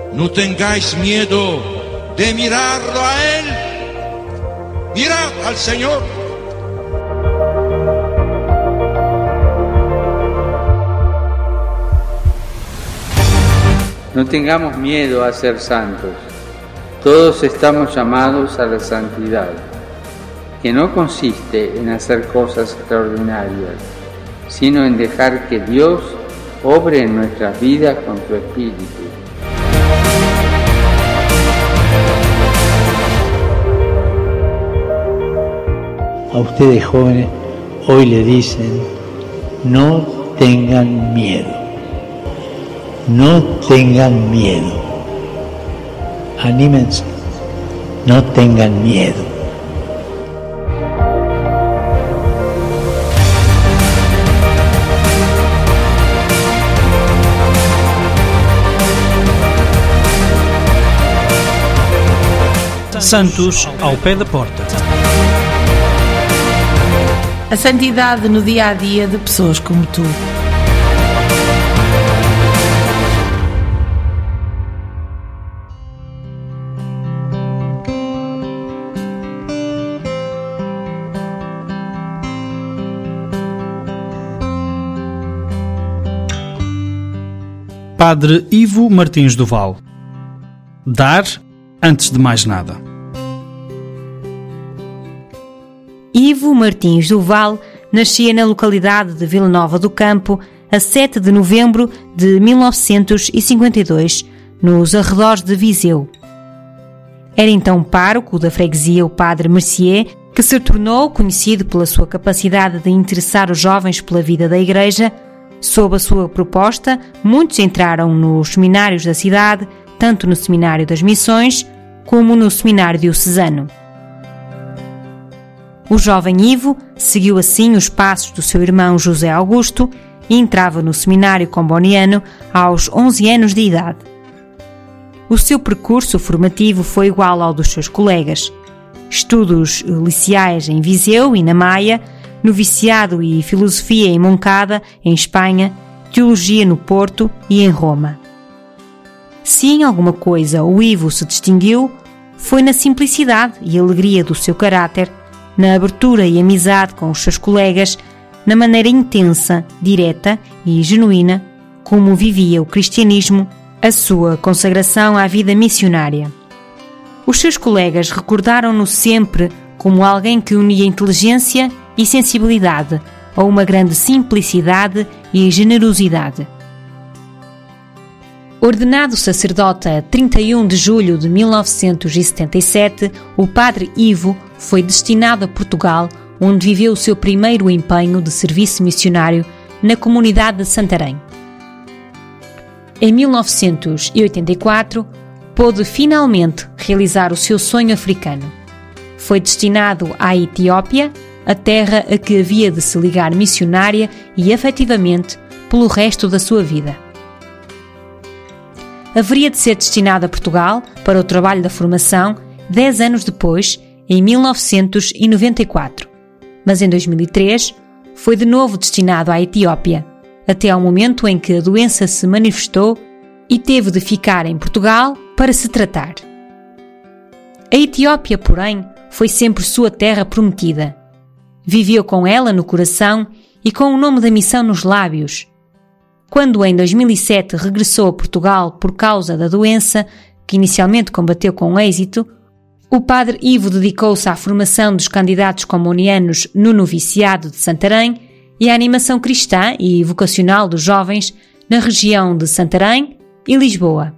no tengáis miedo de mirarlo a Él. Mirad al Señor. No tengamos miedo a ser santos. Todos estamos llamados a la santidad, que no consiste en hacer cosas extraordinarias, sino en dejar que Dios obre en nuestras vidas con su Espíritu. A ustedes jóvenes hoy le dicen, no tengan miedo, no tengan miedo, anímense, no tengan miedo. Santos ao pé da porta. A santidade no dia-a-dia de pessoas como tu. Padre Ivo Martins do Val. Dar antes de mais nada. Ivo Martins do Val nascia na localidade de Vila Nova do Campo a 7 de novembro de 1952, nos arredores de Viseu. Era então pároco da freguesia o Padre Mercier, que se tornou conhecido pela sua capacidade de interessar os jovens pela vida da Igreja. Sob a sua proposta, muitos entraram nos seminários da cidade, tanto no Seminário das Missões como no Seminário Diocesano. O jovem Ivo seguiu assim os passos do seu irmão José Augusto e entrava no Seminário Comboniano aos 11 anos de idade. O seu percurso formativo foi igual ao dos seus colegas. Estudos liceais em Viseu e na Maia, noviciado e filosofia em Moncada, em Espanha, teologia no Porto e em Roma. Se em alguma coisa o Ivo se distinguiu, foi na simplicidade e alegria do seu caráter, na abertura e amizade com os seus colegas, na maneira intensa, direta e genuína como vivia o cristianismo, a sua consagração à vida missionária. Os seus colegas recordaram-no sempre como alguém que unia inteligência e sensibilidade a uma grande simplicidade e generosidade. Ordenado sacerdote a 31 de julho de 1977, o Padre Ivo foi destinado a Portugal, onde viveu o seu primeiro empenho de serviço missionário na comunidade de Santarém. Em 1984, pôde finalmente realizar o seu sonho africano. Foi destinado à Etiópia, a terra a que havia de se ligar missionária e afetivamente pelo resto da sua vida. Haveria de ser destinado a Portugal para o trabalho da formação 10 anos depois, em 1994. Mas em 2003 foi de novo destinado à Etiópia, até ao momento em que a doença se manifestou e teve de ficar em Portugal para se tratar. A Etiópia, porém, foi sempre sua terra prometida. Viveu com ela no coração e com o nome da missão nos lábios. Quando em 2007 regressou a Portugal por causa da doença, que inicialmente combateu com êxito, o Padre Ivo dedicou-se à formação dos candidatos comunianos no noviciado de Santarém e à animação cristã e vocacional dos jovens na região de Santarém e Lisboa.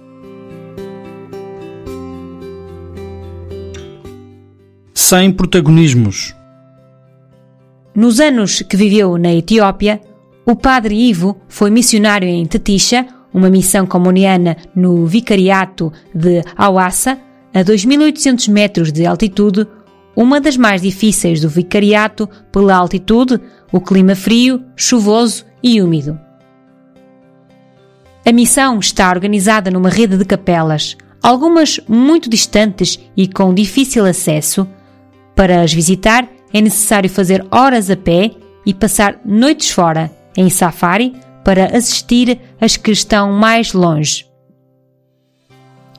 Sem protagonismos. Nos anos que viveu na Etiópia, o Padre Ivo foi missionário em Tetisha, uma missão comuniana no vicariato de Hawassa, a 2.800 metros de altitude, uma das mais difíceis do vicariato pela altitude, o clima frio, chuvoso e úmido. A missão está organizada numa rede de capelas, algumas muito distantes e com difícil acesso. Para as visitar é necessário fazer horas a pé e passar noites fora, em safari, para assistir às que estão mais longe.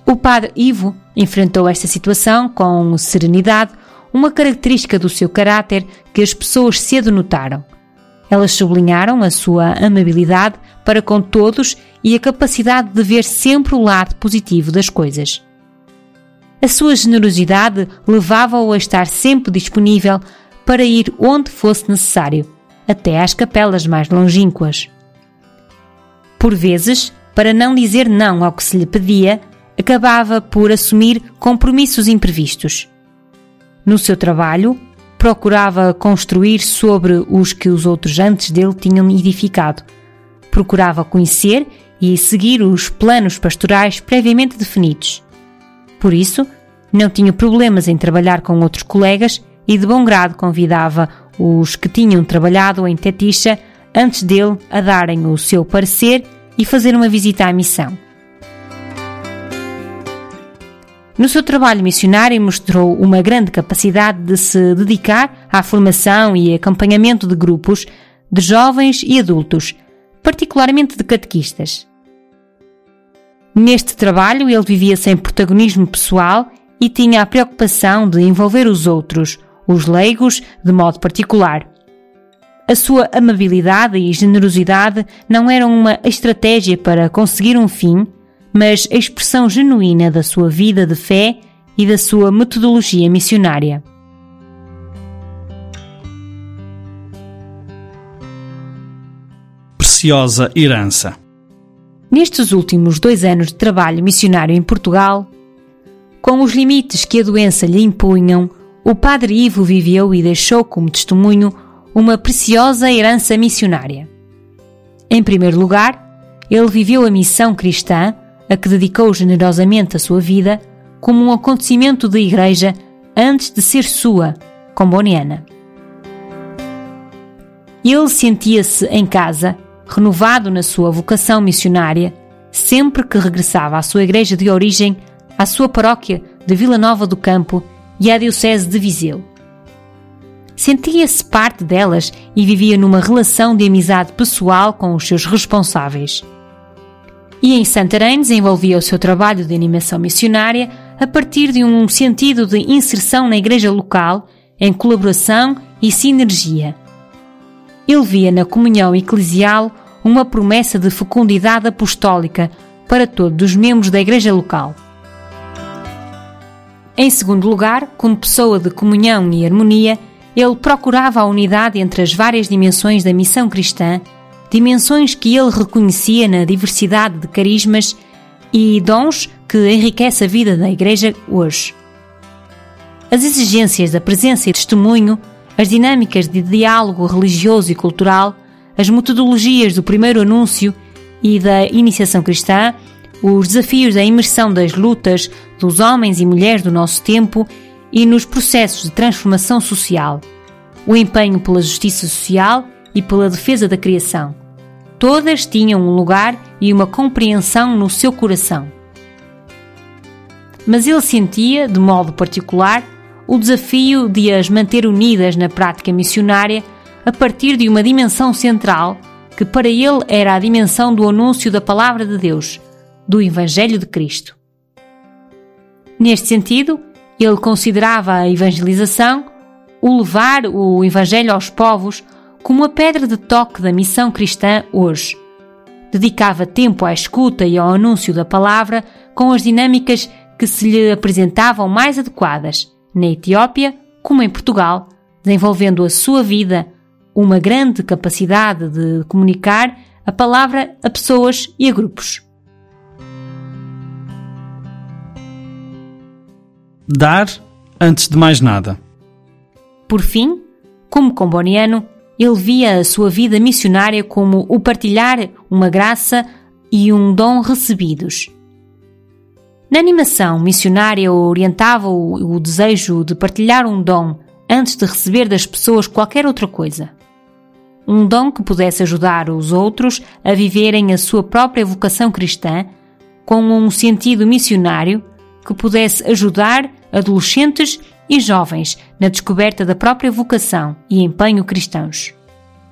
O padre Ivo enfrentou esta situação com serenidade, uma característica do seu caráter que as pessoas cedo notaram. Elas sublinharam a sua amabilidade para com todos e a capacidade de ver sempre o lado positivo das coisas. A sua generosidade levava-o a estar sempre disponível para ir onde fosse necessário, até às capelas mais longínquas. Por vezes, para não dizer não ao que se lhe pedia, acabava por assumir compromissos imprevistos. No seu trabalho, procurava construir sobre os que os outros antes dele tinham edificado. Procurava conhecer e seguir os planos pastorais previamente definidos. Por isso, não tinha problemas em trabalhar com outros colegas e de bom grado convidava os que tinham trabalhado em Tetixa antes dele a darem o seu parecer e fazer uma visita à missão. No seu trabalho missionário mostrou uma grande capacidade de se dedicar à formação e acompanhamento de grupos de jovens e adultos, particularmente de catequistas. Neste trabalho ele vivia sem protagonismo pessoal e tinha a preocupação de envolver os outros, os leigos, de modo particular. A sua amabilidade e generosidade não eram uma estratégia para conseguir um fim, mas a expressão genuína da sua vida de fé e da sua metodologia missionária. Preciosa herança. Nestes últimos 2 anos de trabalho missionário em Portugal, com os limites que a doença lhe impunham, o padre Ivo viveu e deixou como testemunho uma preciosa herança missionária. Em primeiro lugar, ele viveu a missão cristã, a que dedicou generosamente a sua vida, como um acontecimento da Igreja antes de ser sua, comboniana. Ele sentia-se em casa, renovado na sua vocação missionária, sempre que regressava à sua igreja de origem, à sua paróquia de Vila Nova do Campo e à diocese de Viseu. Sentia-se parte delas e vivia numa relação de amizade pessoal com os seus responsáveis. E em Santarém desenvolvia o seu trabalho de animação missionária a partir de um sentido de inserção na igreja local, em colaboração e sinergia. Ele via na comunhão eclesial uma promessa de fecundidade apostólica para todos os membros da igreja local. Em segundo lugar, como pessoa de comunhão e harmonia, ele procurava a unidade entre as várias dimensões da missão cristã, dimensões que ele reconhecia na diversidade de carismas e dons que enriquece a vida da Igreja hoje. As exigências da presença e testemunho, as dinâmicas de diálogo religioso e cultural, as metodologias do primeiro anúncio e da iniciação cristã, os desafios da imersão das lutas dos homens e mulheres do nosso tempo e nos processos de transformação social, o empenho pela justiça social e pela defesa da criação. Todas tinham um lugar e uma compreensão no seu coração. Mas ele sentia, de modo particular, o desafio de as manter unidas na prática missionária a partir de uma dimensão central que para ele era a dimensão do anúncio da Palavra de Deus, do Evangelho de Cristo. Neste sentido, ele considerava a evangelização, o levar o Evangelho aos povos, como a pedra de toque da missão cristã hoje. Dedicava tempo à escuta e ao anúncio da palavra com as dinâmicas que se lhe apresentavam mais adequadas, na Etiópia como em Portugal, desenvolvendo a sua vida uma grande capacidade de comunicar a palavra a pessoas e a grupos. Dar antes de mais nada. Por fim, como comboniano, ele via a sua vida missionária como o partilhar uma graça e um dom recebidos. Na animação missionária orientava o desejo de partilhar um dom antes de receber das pessoas qualquer outra coisa. Um dom que pudesse ajudar os outros a viverem a sua própria vocação cristã com um sentido missionário que pudesse ajudar adolescentes e jovens na descoberta da própria vocação e empenho cristãos.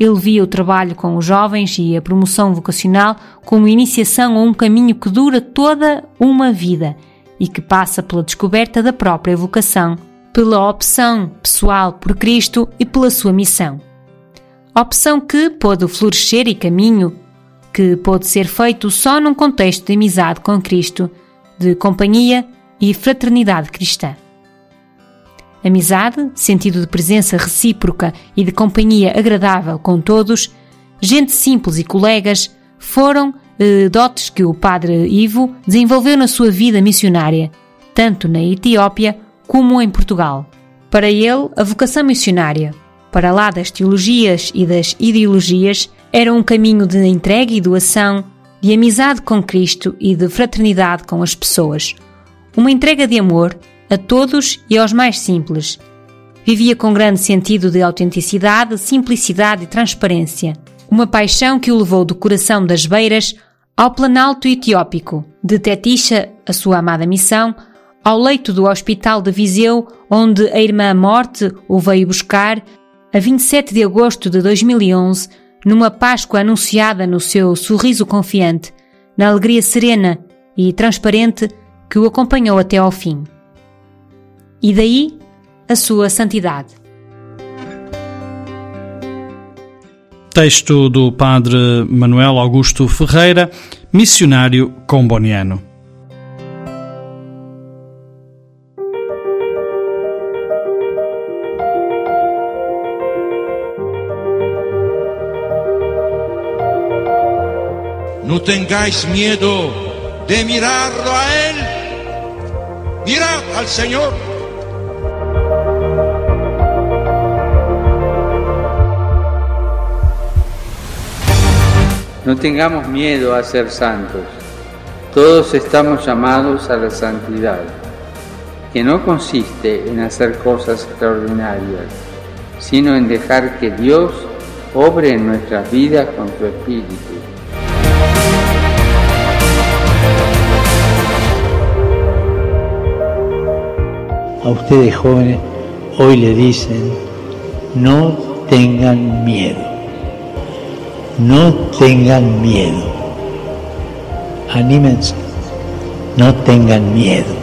ele via o trabalho com os jovens e a promoção vocacional como iniciação a um caminho que dura toda uma vida e que passa pela descoberta da própria vocação, pela opção pessoal por Cristo e pela sua missão. Opção que pôde florescer e caminho que pôde ser feito só num contexto de amizade com Cristo, de companhia e fraternidade cristã. Amizade, sentido de presença recíproca e de companhia agradável com todos, gente simples e colegas, foram dotes que o padre Ivo desenvolveu na sua vida missionária, tanto na Etiópia como em Portugal. Para ele, a vocação missionária, para lá das teologias e das ideologias, era um caminho de entrega e doação, de amizade com Cristo e de fraternidade com as pessoas. Uma entrega de amor a todos e aos mais simples. Vivia com grande sentido de autenticidade, simplicidade e transparência. Uma paixão que o levou do coração das Beiras ao Planalto Etiópico, de Tetixa, a sua amada missão, ao leito do Hospital de Viseu, onde a Irmã Morte o veio buscar, a 27 de agosto de 2011, numa Páscoa anunciada no seu sorriso confiante, na alegria serena e transparente que o acompanhou até ao fim. E daí a sua santidade. Texto do Padre Manuel Augusto Ferreira, missionário comboniano. No tengáis miedo de mirarlo a Él. Mirad al Señor. No tengamos miedo a ser santos. Todos estamos llamados a la santidad, que no consiste en hacer cosas extraordinarias, sino en dejar que Dios obre en nuestras vidas con su Espíritu. A ustedes jóvenes hoy le dicen, no tengan miedo, no tengan miedo, anímense, no tengan miedo.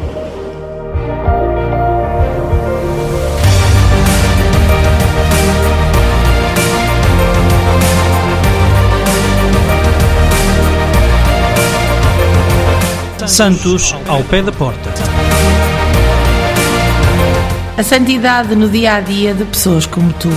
Santos ao pé da porta. A santidade no dia a dia de pessoas como tu.